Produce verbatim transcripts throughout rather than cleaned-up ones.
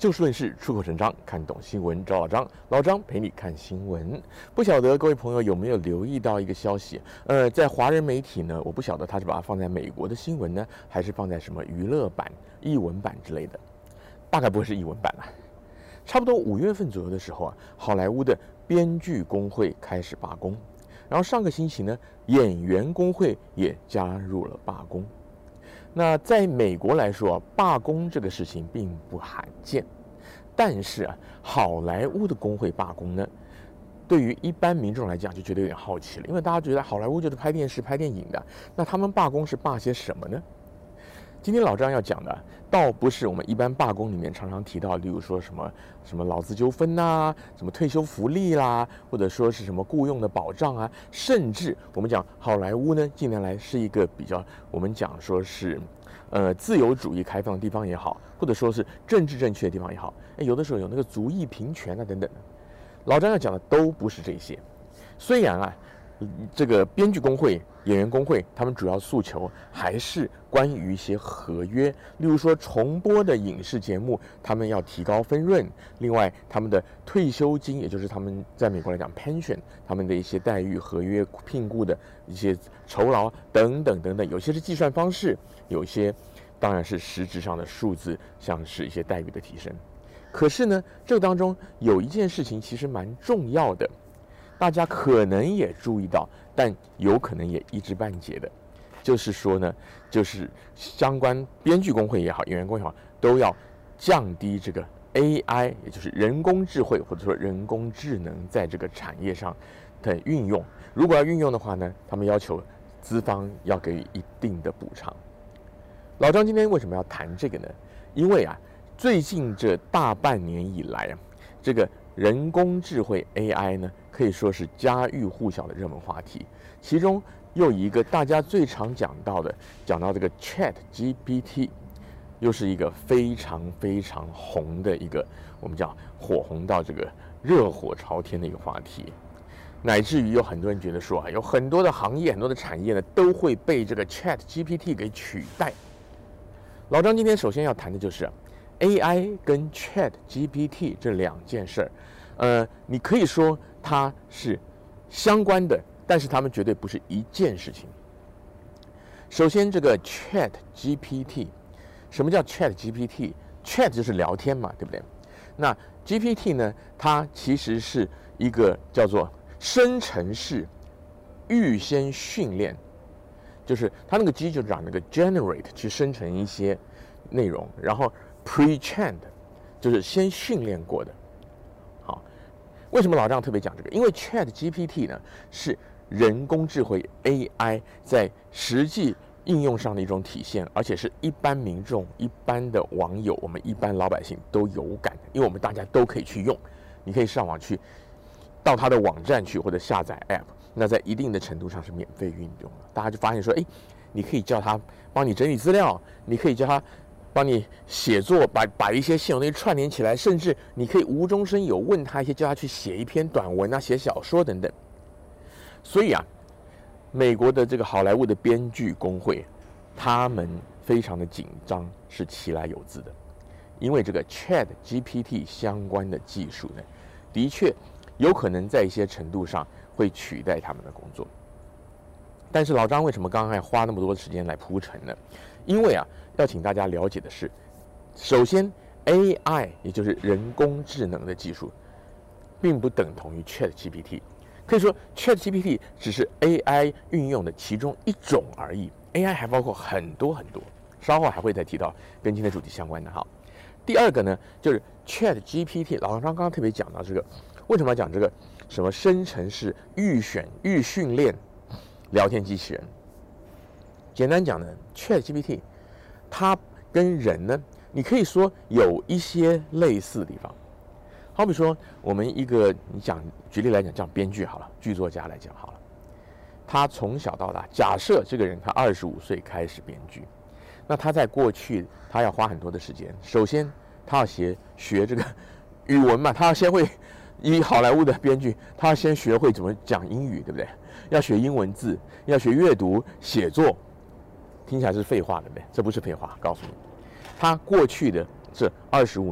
就事论事，出口成章，看懂新闻找老张，老张陪你看新闻。不晓得各位朋友有没有留意到一个消息？呃，在华人媒体呢，我不晓得他是把它放在美国的新闻呢，还是放在什么娱乐版、艺文版之类的，大概不会是艺文版了。差不多五月份左右的时候啊，好莱坞的编剧工会开始罢工，然后上个星期呢，演员工会也加入了罢工。那在美国来说，罢工这个事情并不罕见，但是啊，好莱坞的工会罢工呢，对于一般民众来讲就觉得有点好奇了，因为大家觉得好莱坞就是拍电视、拍电影的，那他们罢工是罢些什么呢？今天老张要讲的，倒不是我们一般罢工里面常常提到，例如说什么什么劳资纠纷呐，什么退休福利啦，或者说是什么雇佣的保障啊，甚至我们讲好莱坞呢，近年来是一个比较我们讲说是，呃，自由主义开放的地方也好，或者说是政治正确的地方也好，哎，有的时候有那个族裔平权啊等等的，老张要讲的都不是这些。虽然啊，这个编剧工会、演员工会，他们主要诉求还是关于一些合约，例如说重播的影视节目，他们要提高分润；另外，他们的退休金，也就是他们在美国来讲 pension， 他们的一些待遇、合约、聘雇的一些酬劳等等等等，有些是计算方式，有些当然是实质上的数字，像是一些待遇的提升。可是呢，这个当中有一件事情其实蛮重要的。大家可能也注意到，但有可能也一知半解的，就是说呢，就是相关编剧工会也好，演员工会也好，都要降低这个 A I， 也就是人工智慧或者说人工智能在这个产业上的运用。如果要运用的话呢，他们要求资方要给予一定的补偿。老张今天为什么要谈这个呢？因为啊，最近这大半年以来啊，这个人工智慧 A I 呢，可以说是家喻户晓的热门话题。其中又一个大家最常讲到的，讲到这个 Chat G P T， 又是一个非常非常红的一个，我们讲火红到这个热火朝天的一个话题，乃至于有很多人觉得说啊，有很多的行业、很多的产业呢，都会被这个 Chat G P T 给取代。老张今天首先要谈的就是 A I 跟 Chat G P T 这两件事儿。呃，你可以说它是相关的，但是它们绝对不是一件事情。首先，这个 Chat G P T， 什么叫 Chat G P T？Chat 就是聊天嘛，对不对？那 G P T 呢，它其实是一个叫做生成式预先训练，就是它那个 G 就讲那个 generate 去生成一些内容，然后 pre-trained 就是先训练过的。为什么老张特别讲这个？因为 Chat G P T 呢是人工智慧 A I 在实际应用上的一种体现，而且是一般民众、一般的网友、我们一般老百姓都有感的，因为我们大家都可以去用。你可以上网去到他的网站去，或者下载 App， 那在一定的程度上是免费运用的。大家就发现说，哎，你可以叫他帮你整理资料，你可以叫他帮你写作，把把一些现有东西串联起来，甚至你可以无中生有问他一些，叫他去写一篇短文啊，写小说等等。所以啊，美国的这个好莱坞的编剧工会，他们非常的紧张，是其来有自的，因为这个 Chat G P T 相关的技术呢，的确有可能在一些程度上会取代他们的工作。但是老张为什么刚刚还花那么多时间来铺陈呢？因为啊，要请大家了解的是，首先 A I 也就是人工智能的技术，并不等同于 Chat G P T。可以说 Chat G P T 只是 A I 运用的其中一种而已。A I 还包括很多很多，稍后还会再提到跟今天主题相关的哈。第二个呢，就是 Chat G P T， 老张刚刚特别讲到这个，为什么要讲这个什么生成式预选预训练聊天机器人？简单讲呢 ，Chat G P T 它跟人呢，你可以说有一些类似的地方。好比说，我们一个你讲举例来讲，讲编剧好了，剧作家来讲好了，他从小到大，假设这个人他二十五岁开始编剧，那他在过去他要花很多的时间，首先他要学学这个语文嘛，他要先会。以好莱坞的编剧，他要先学会怎么讲英语，对不对？要学英文字，要学阅读、写作，听起来是废话，对不对？这不是废话，告诉你，他过去的这二十五年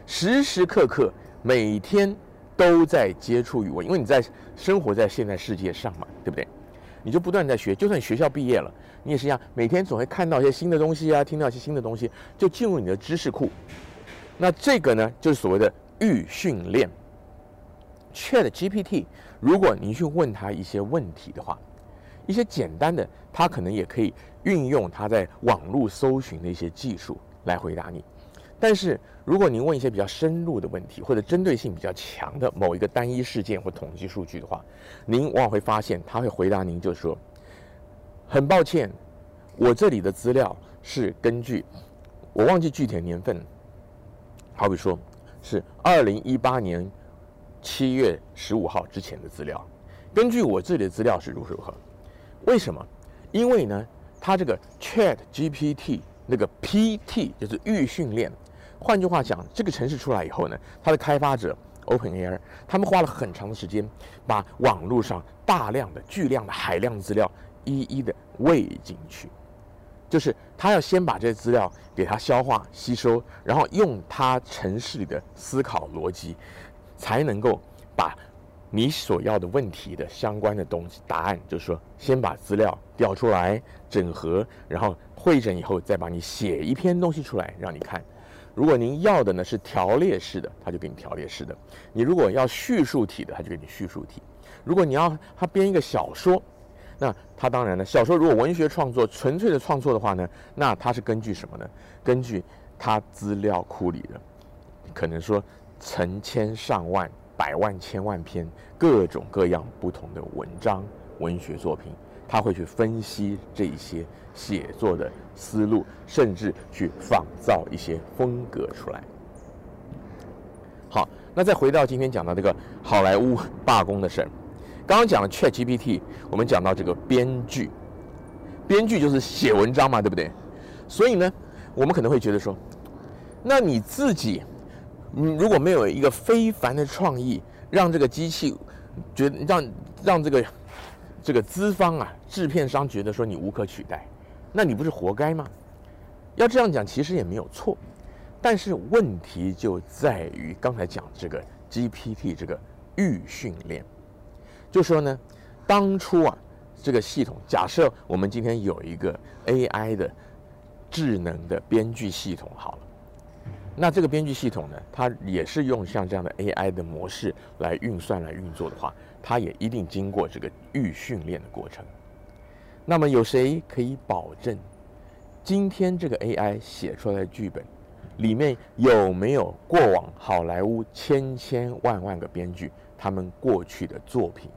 时时刻刻每天都在接触语文，因为你在生活在现在世界上嘛，对不对？你就不断在学，就算你学校毕业了，你也是一样，每天总会看到一些新的东西啊，听到一些新的东西，就进入你的知识库。那这个呢，就是所谓的预训练。Chat G P T， 如果你去问他一些问题的话，一些简单的，他可能也可以运用他在网络搜寻的一些技术来回答你。但是如果您问一些比较深入的问题，或者针对性比较强的某一个单一事件或统计数据的话，您往往会发现他会回答您，就是说，很抱歉，我这里的资料是根据我忘记具体的年份，好比说是二零一八年七月十五号之前的资料，根据我这里的资料是如何如何。为什么？因为呢，它这个 Chat G P T 那个 P T 就是预训练。换句话讲，这个程式出来以后呢，它的开发者 OpenAI 他们花了很长的时间，把网络上大量的、巨量的、海量的资料一一的喂进去。就是他要先把这些资料给它消化吸收，然后用它程式里的思考逻辑，才能够把你所要的问题的相关的东西答案，就是说先把资料调出来整合，然后汇整以后再把你写一篇东西出来让你看。如果您要的呢是条列式的，他就给你条列式的；你如果要叙述体的，他就给你叙述体；如果你要他编一个小说，那他当然呢，小说如果文学创作纯粹的创作的话呢，那他是根据什么呢？根据他资料库里的，可能说成千上万、百万、千万篇各种各样不同的文章、文学作品，他会去分析这一些写作的思路，甚至去仿造一些风格出来。好，那再回到今天讲到这个好莱坞罢工的事儿。刚刚讲了 Chat G P T， 我们讲到这个编剧，编剧就是写文章嘛，对不对？所以呢，我们可能会觉得说，那你自己，嗯，如果没有一个非凡的创意，让这个机器觉得让让这个这个资方啊、制片商觉得说你无可取代，那你不是活该吗？要这样讲，其实也没有错，但是问题就在于刚才讲这个 G P T 这个预训练。就说呢，当初啊，这个系统，假设我们今天有一个 A I 的智能的编剧系统好了，那这个编剧系统呢，它也是用像这样的 A I 的模式来运算、来运作的话，它也一定经过这个预训练的过程。那么有谁可以保证，今天这个 A I 写出来的剧本里面有没有过往好莱坞千千万万个编剧他们过去的作品？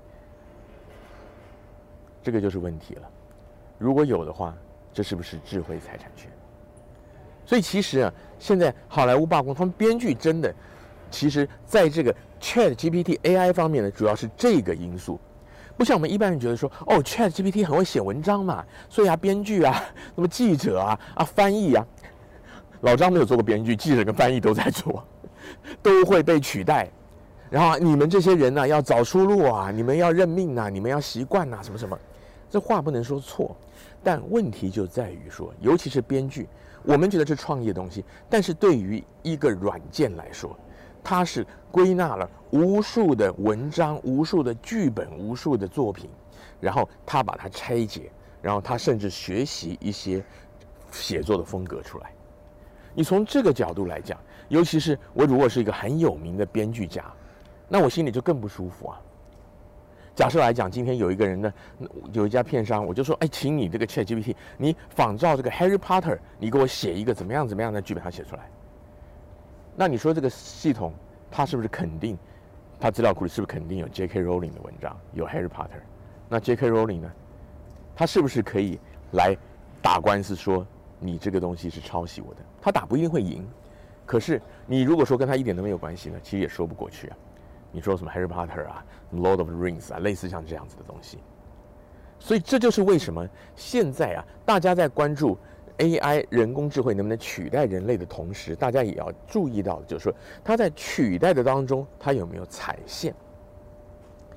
这个就是问题了。如果有的话，这是不是智慧财产权？所以其实啊，现在好莱坞罢工，他们编剧真的，其实在这个 Chat G P T A I 方面呢，主要是这个因素。不像我们一般人觉得说，哦 ，Chat G P T 很会写文章嘛，所以啊，编剧啊，那么记者啊，啊，翻译啊，老张没有做过编剧，记者跟翻译都在做，都会被取代。然后你们这些人呢、啊，要找出路啊，你们要认命啊，你们要习惯啊，什么什么，这话不能说错，但问题就在于说，尤其是编剧，我们觉得是创意的东西，但是对于一个软件来说，它是归纳了无数的文章、无数的剧本、无数的作品，然后他把它拆解，然后他甚至学习一些写作的风格出来。你从这个角度来讲，尤其是我如果是一个很有名的编剧家，那我心里就更不舒服啊。假设来讲，今天有一个人呢，有一家片商，我就说，哎，请你这个 Chat G P T， 你仿照这个 Harry Potter， 你给我写一个怎么样怎么样的剧本，它写出来。那你说这个系统，它是不是肯定，它资料库里是不是肯定有 J K Rowling 的文章，有 Harry Potter？ 那 J K Rowling 呢，他是不是可以来打官司说你这个东西是抄袭我的？他打不一定会赢，可是你如果说跟他一点都没有关系呢，其实也说不过去啊。你说什么 Harry Potter 啊 ，Lord of the Rings 啊，类似像这样子的东西。所以这就是为什么现在啊，大家在关注 A I 人工智慧能不能取代人类的同时，大家也要注意到，就是说它在取代的当中，它有没有踩线？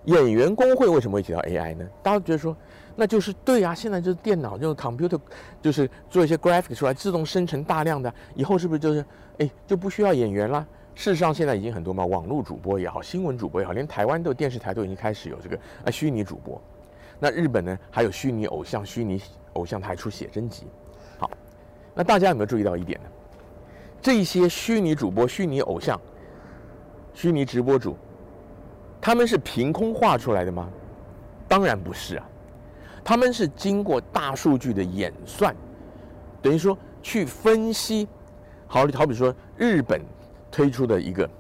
演员工会为什么会提到 A I 呢？大家觉得说，那就是对啊，现在就是电脑，就是 computer， 就是做一些 graphic 出来，自动生成大量的，以后是不是就是哎就不需要演员啦？事实上，现在已经很多嘛，网络主播也好，新闻主播也好，连台湾的电视台都已经开始有这个啊虚拟主播。那日本呢，还有虚拟偶像，虚拟偶像他还出写真集。好，那大家有没有注意到一点呢？这些虚拟主播、虚拟偶像、虚拟直播主，他们是凭空画出来的吗？当然不是啊，他们是经过大数据的演算，等于说去分析。好，好比说日本推出的一个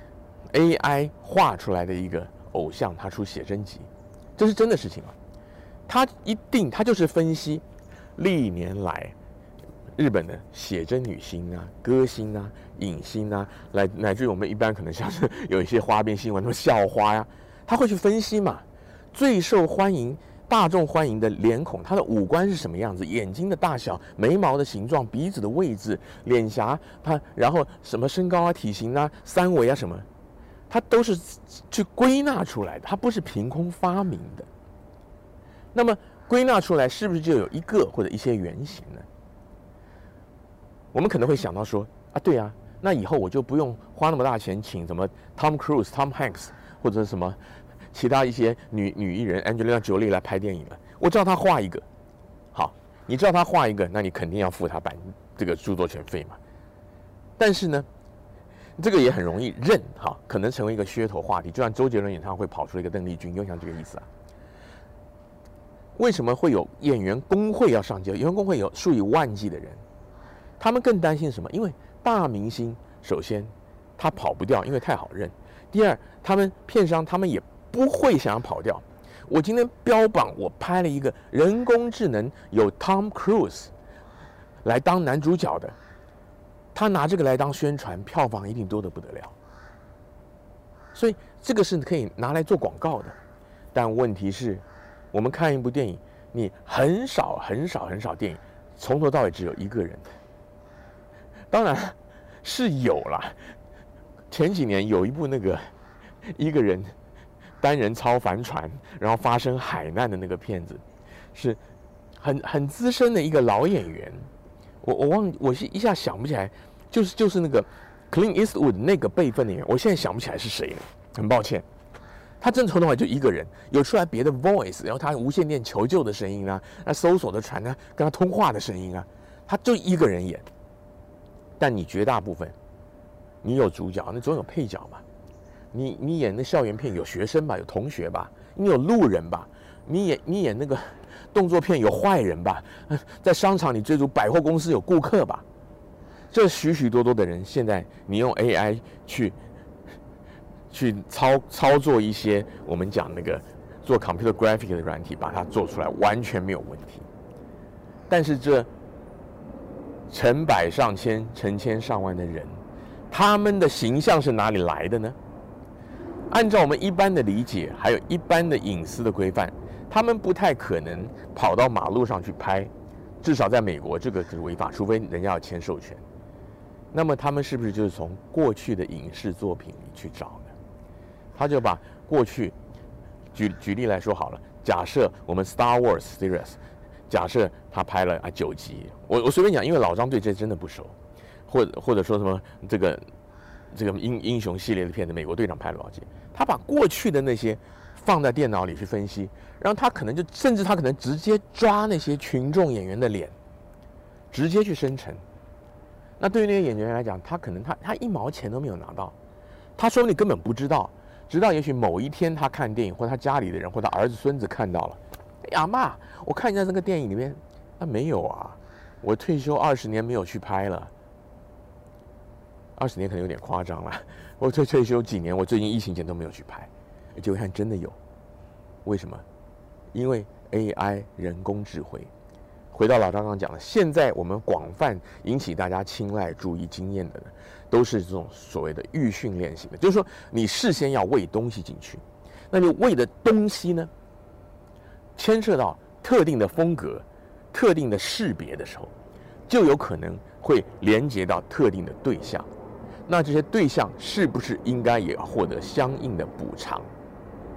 A I 画出来的一个偶像，他出写真集，这是真的事情吗？他一定，他就是分析历年来日本的写真女星啊、歌星啊、影星啊，来乃至于我们一般可能像是有一些花边新闻，什么校花呀、啊，他会去分析嘛，最受欢迎、大众欢迎的脸孔，他的五官是什么样子，眼睛的大小、眉毛的形状、鼻子的位置、脸颊，他然后什么身高啊、体型啊、三围啊什么，他都是去归纳出来的，他不是凭空发明的。那么归纳出来是不是就有一个或者一些原型呢？我们可能会想到说啊，对啊，那以后我就不用花那么大钱请什么 Tom Cruise、Tom Hanks 或者什么其他一些女女艺人 Angelina Jolie 来拍电影了。我知道他画一个，好，你知道他画一个，那你肯定要付他版这个著作权费嘛。但是呢，这个也很容易认哈，可能成为一个噱头话题。就像周杰伦演唱会跑出了一个邓丽君，又像这个意思啊。为什么会有演员工会要上街？演员工会有数以万计的人，他们更担心什么？因为大明星，首先他跑不掉，因为太好认；第二，他们片商他们也不会想要跑掉。我今天标榜我拍了一个人工智能有 Tom Cruise 来当男主角的，他拿这个来当宣传，票房一定多得不得了。所以这个是可以拿来做广告的，但问题是，我们看一部电影，你很少很少很少电影从头到尾只有一个人。当然是有啦，前几年有一部那个一个人单人操帆船，然后发生海难的那个片子，是很很资深的一个老演员，我我忘我是一下想不起来，就是就是那个 Clint Eastwood 那个辈分的演员，我现在想不起来是谁了，很抱歉。他真的从头到尾就一个人，有出来别的 voice， 然后他无线电求救的声音啊，那搜索的船啊，跟他通话的声音啊，他就一个人演。但你绝大部分，你有主角，那总有配角嘛。你你演那校园片有学生吧，有同学吧，你有路人吧，你演你演那个动作片有坏人吧，在商场你追逐百货公司有顾客吧，这许许多多的人，现在你用 A I 去。去操操作一些我们讲那个做 computer graphic 的软体，把它做出来完全没有问题。但是这成百上千、成千上万的人，他们的形象是哪里来的呢？按照我们一般的理解，还有一般的隐私的规范，他们不太可能跑到马路上去拍，至少在美国这个是违法，除非人家要签授权。那么他们是不是就是从过去的影视作品里去找呢？他就把过去举举例来说好了，假设我们 Star Wars series， 假设他拍了啊九集，我我随便讲，因为老张对这真的不熟，或者或者说什么这个这个英英雄系列的片子，美国队长拍了多少集，他把过去的那些放在电脑里去分析，然后他可能就甚至他可能直接抓那些群众演员的脸，直接去生成。那对于那些演员来讲，他可能他他一毛钱都没有拿到，他说你根本不知道。直到也许某一天他看电影，或他家里的人，或他儿子孙子看到了，哎呀妈，我看一下这个电影里面，啊没有啊，我退休二十年没有去拍了，二十年可能有点夸张了，我退退休几年，我最近疫情前都没有去拍，结果看真的有，为什么？因为 A I 人工智慧。回到老张刚刚讲的，现在我们广泛引起大家青睐、注意、经验的呢，都是这种所谓的预训练型的，就是说你事先要喂东西进去，那你喂的东西呢，牵涉到特定的风格、特定的识别的时候，就有可能会连接到特定的对象，那这些对象是不是应该也要获得相应的补偿？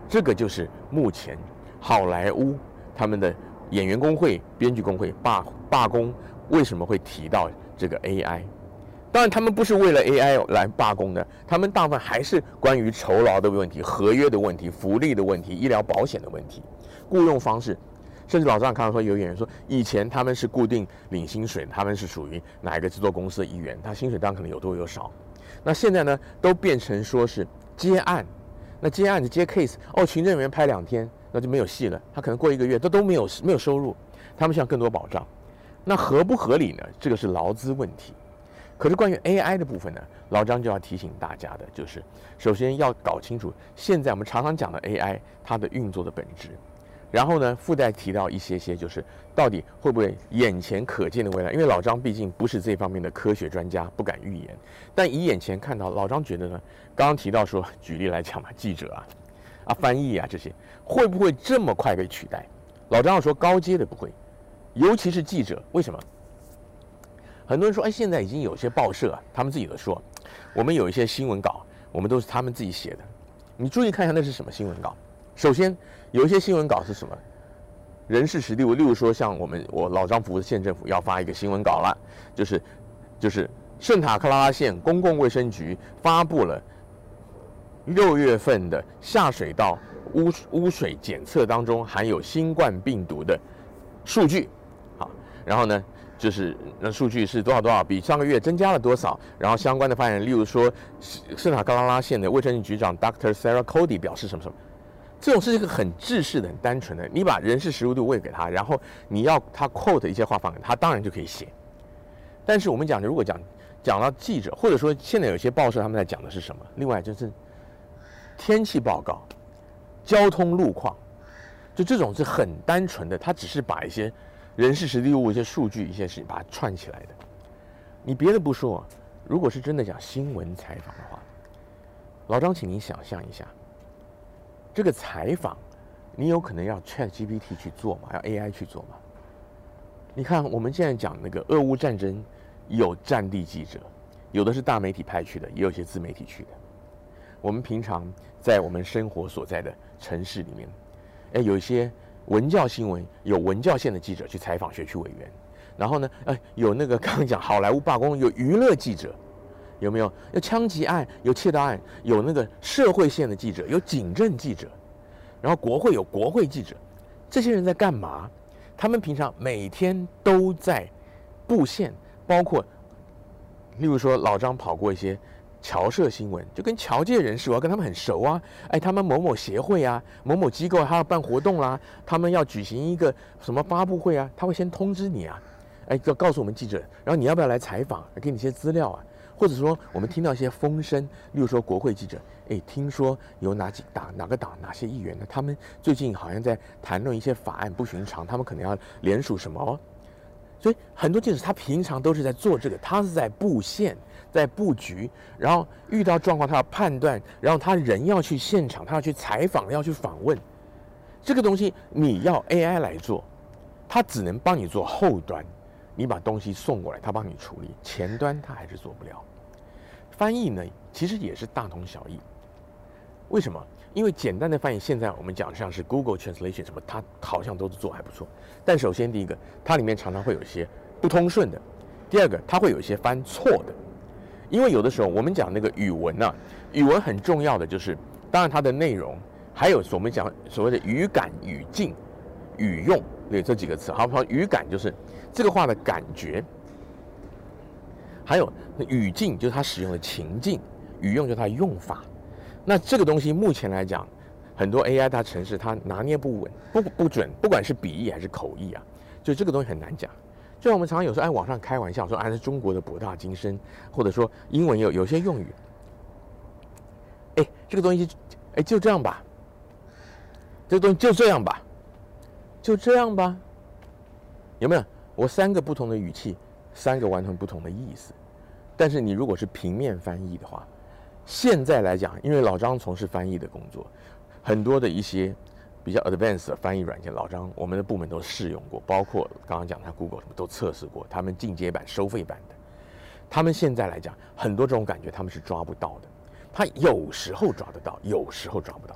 这个就是目前好莱坞他们的演员工会、编剧工会罢罢工为什么会提到这个 A I？ 当然，他们不是为了 A I 来罢工的，他们大部分还是关于酬劳的问题、合约的问题、福利的问题、医疗保险的问题、雇用方式。甚至老张看到说，有演员说，以前他们是固定领薪水，他们是属于哪一个制作公司的一员，他薪水当然可能有多有少。那现在呢，都变成说是接案，那接案子接 case， 哦，群众演员拍两天，那就没有戏了，他可能过一个月都都没有没有收入，他们需要更多保障。那合不合理呢？这个是劳资问题。可是关于 A I 的部分呢，老张就要提醒大家的就是，首先要搞清楚现在我们常常讲的 A I 它的运作的本质。然后呢，附带提到一些些，就是到底会不会眼前可见的未来？因为老张毕竟不是这方面的科学专家，不敢预言。但以眼前看到，老张觉得呢，刚刚提到说，举例来讲嘛，记者啊、啊翻译啊这些，会不会这么快被取代？老张要说高阶的不会，尤其是记者，为什么？很多人说，哎，现在已经有些报社啊，他们自己都说，我们有一些新闻稿，我们都是他们自己写的。你注意看一下那是什么新闻稿。首先，有一些新闻稿是什么？人事实例，例如说，像我们我老张服务的县政府要发一个新闻稿了，就是就是圣塔克拉拉县公共卫生局发布了六月份的下水道污污水检测当中含有新冠病毒的数据，好，然后呢，就是那数据是多少多少，比上个月增加了多少，然后相关的发言人，例如说圣塔克拉拉县的卫生局局长 Doctor Sarah Cody 表示什么什么。这种是一个很制式的、很单纯的，你把人事实务度喂给他，然后你要他 quote 一些话放给他，当然就可以写。但是我们讲，如果讲讲到记者，或者说现在有些报社他们在讲的是什么？另外就是天气报告、交通路况，就这种是很单纯的，他只是把一些人事实地物、一些数据、一些事情把它串起来的。你别的不说，如果是真的讲新闻采访的话，老张，请您想象一下。这个采访，你有可能要 Chat G P T 去做嘛？要 A I 去做嘛？你看我们现在讲那个俄乌战争，有战地记者，有的是大媒体派去的，也有些自媒体去的。我们平常在我们生活所在的城市里面，哎，有一些文教新闻，有文教线的记者去采访学区委员，然后呢，哎，有那个刚刚讲好莱坞罢工，有娱乐记者。有没有？有枪击案，有窃盗案，有那个社会线的记者，有警政记者，然后国会有国会记者，这些人在干嘛？他们平常每天都在布线，包括，例如说老张跑过一些侨社新闻，就跟侨界人士，我要跟他们很熟啊，哎，他们某某协会啊，某某机构他要办活动啦、啊，他们要举行一个什么发布会啊，他会先通知你啊，哎，要告诉我们记者，然后你要不要来采访，给你一些资料啊。或者说，我们听到一些风声，例如说国会记者，哎，听说有哪几党、哪个党、哪些议员呢？他们最近好像在谈论一些法案不寻常，他们可能要联署什么哦。所以很多记者他平常都是在做这个，他是在布线、在布局，然后遇到状况他要判断，然后他人要去现场，他要去采访，要去访问。这个东西你要 A I 来做，它只能帮你做后端。你把东西送过来，他帮你处理，前端他还是做不了。翻译呢，其实也是大同小异。为什么？因为简单的翻译，现在我们讲像是 Google Translation 什么，它好像都是做还不错。但首先第一个，它里面常常会有一些不通顺的；第二个，它会有一些翻错的。因为有的时候我们讲那个语文啊，语文很重要的就是，当然它的内容，还有我们讲所谓的语感、语境、语用，对这几个词。好，好，语感就是这个话的感觉，还有语境就是它使用的情境，语用就是它的用法。那这个东西目前来讲，很多 A I 大程式它拿捏不稳、不不准，不管是笔译还是口译啊，就这个东西很难讲。就像我们常常有时候在网上开玩笑说，啊，是中国的博大精深，或者说英文有有些用语，哎，这个东西，哎，就这样吧，这个东西就这样吧，就这样吧，有没有？我三个不同的语气，三个完全不同的意思。但是你如果是平面翻译的话，现在来讲，因为老张从事翻译的工作，很多的一些比较 advanced 的翻译软件，老张我们的部门都试用过，包括刚刚讲他 Google 什么都测试过，他们进阶版、收费版的，他们现在来讲，很多这种感觉他们是抓不到的，他有时候抓得到，有时候抓不到。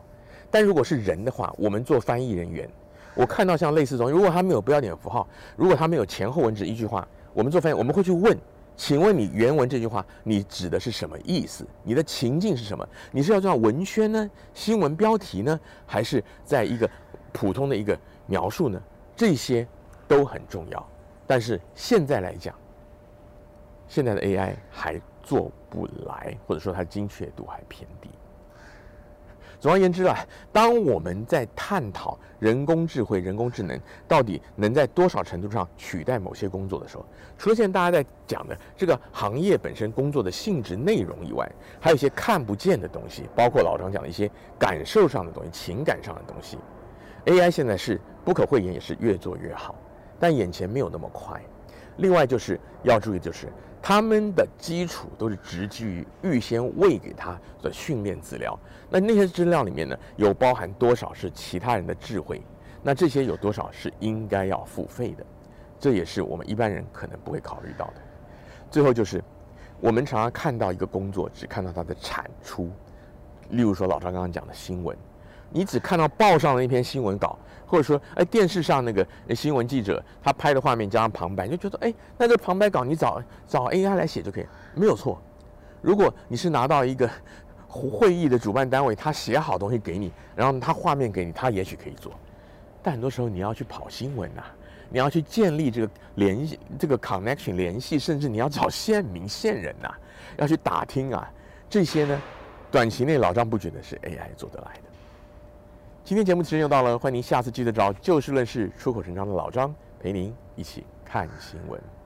但如果是人的话，我们做翻译人员，我看到像类似这种，如果他没有标点符号，如果他没有前后文只一句话，我们做翻译，我们会去问，请问你原文这句话你指的是什么意思？你的情境是什么？你是要这样文宣呢？新闻标题呢？还是在一个普通的一个描述呢？这些都很重要。但是现在来讲，现在的 A I 还做不来，或者说它精确度还偏低。总而言之啊，当我们在探讨人工智慧、人工智能到底能在多少程度上取代某些工作的时候，除了现在大家在讲的这个行业本身工作的性质内容以外，还有一些看不见的东西，包括老张讲的一些感受上的东西、情感上的东西。A I 现在是不可讳言，也是越做越好，但眼前没有那么快。另外就是要注意，就是他们的基础都是植基于预先喂给他的训练资料。那那些资料里面呢，有包含多少是其他人的智慧？那这些有多少是应该要付费的？这也是我们一般人可能不会考虑到的。最后就是，我们常常看到一个工作，只看到它的产出。例如说老张刚刚讲的新闻，你只看到报上的一篇新闻稿，或者说，哎，电视上那个新闻记者他拍的画面加上旁白，你就觉得，哎，那这旁白稿你找找 A I 来写就可以，没有错。如果你是拿到一个会议的主办单位，他写好东西给你，然后他画面给你，他也许可以做。但很多时候你要去跑新闻呐、啊，你要去建立这个联系、这个 connection 联系，甚至你要找县民、县人呐、啊，要去打听啊，这些呢，短期内老张不觉得是 A I 做得来的。今天节目时间又到了，欢迎您下次记得找就事论事、出口成章的老张陪您一起看新闻。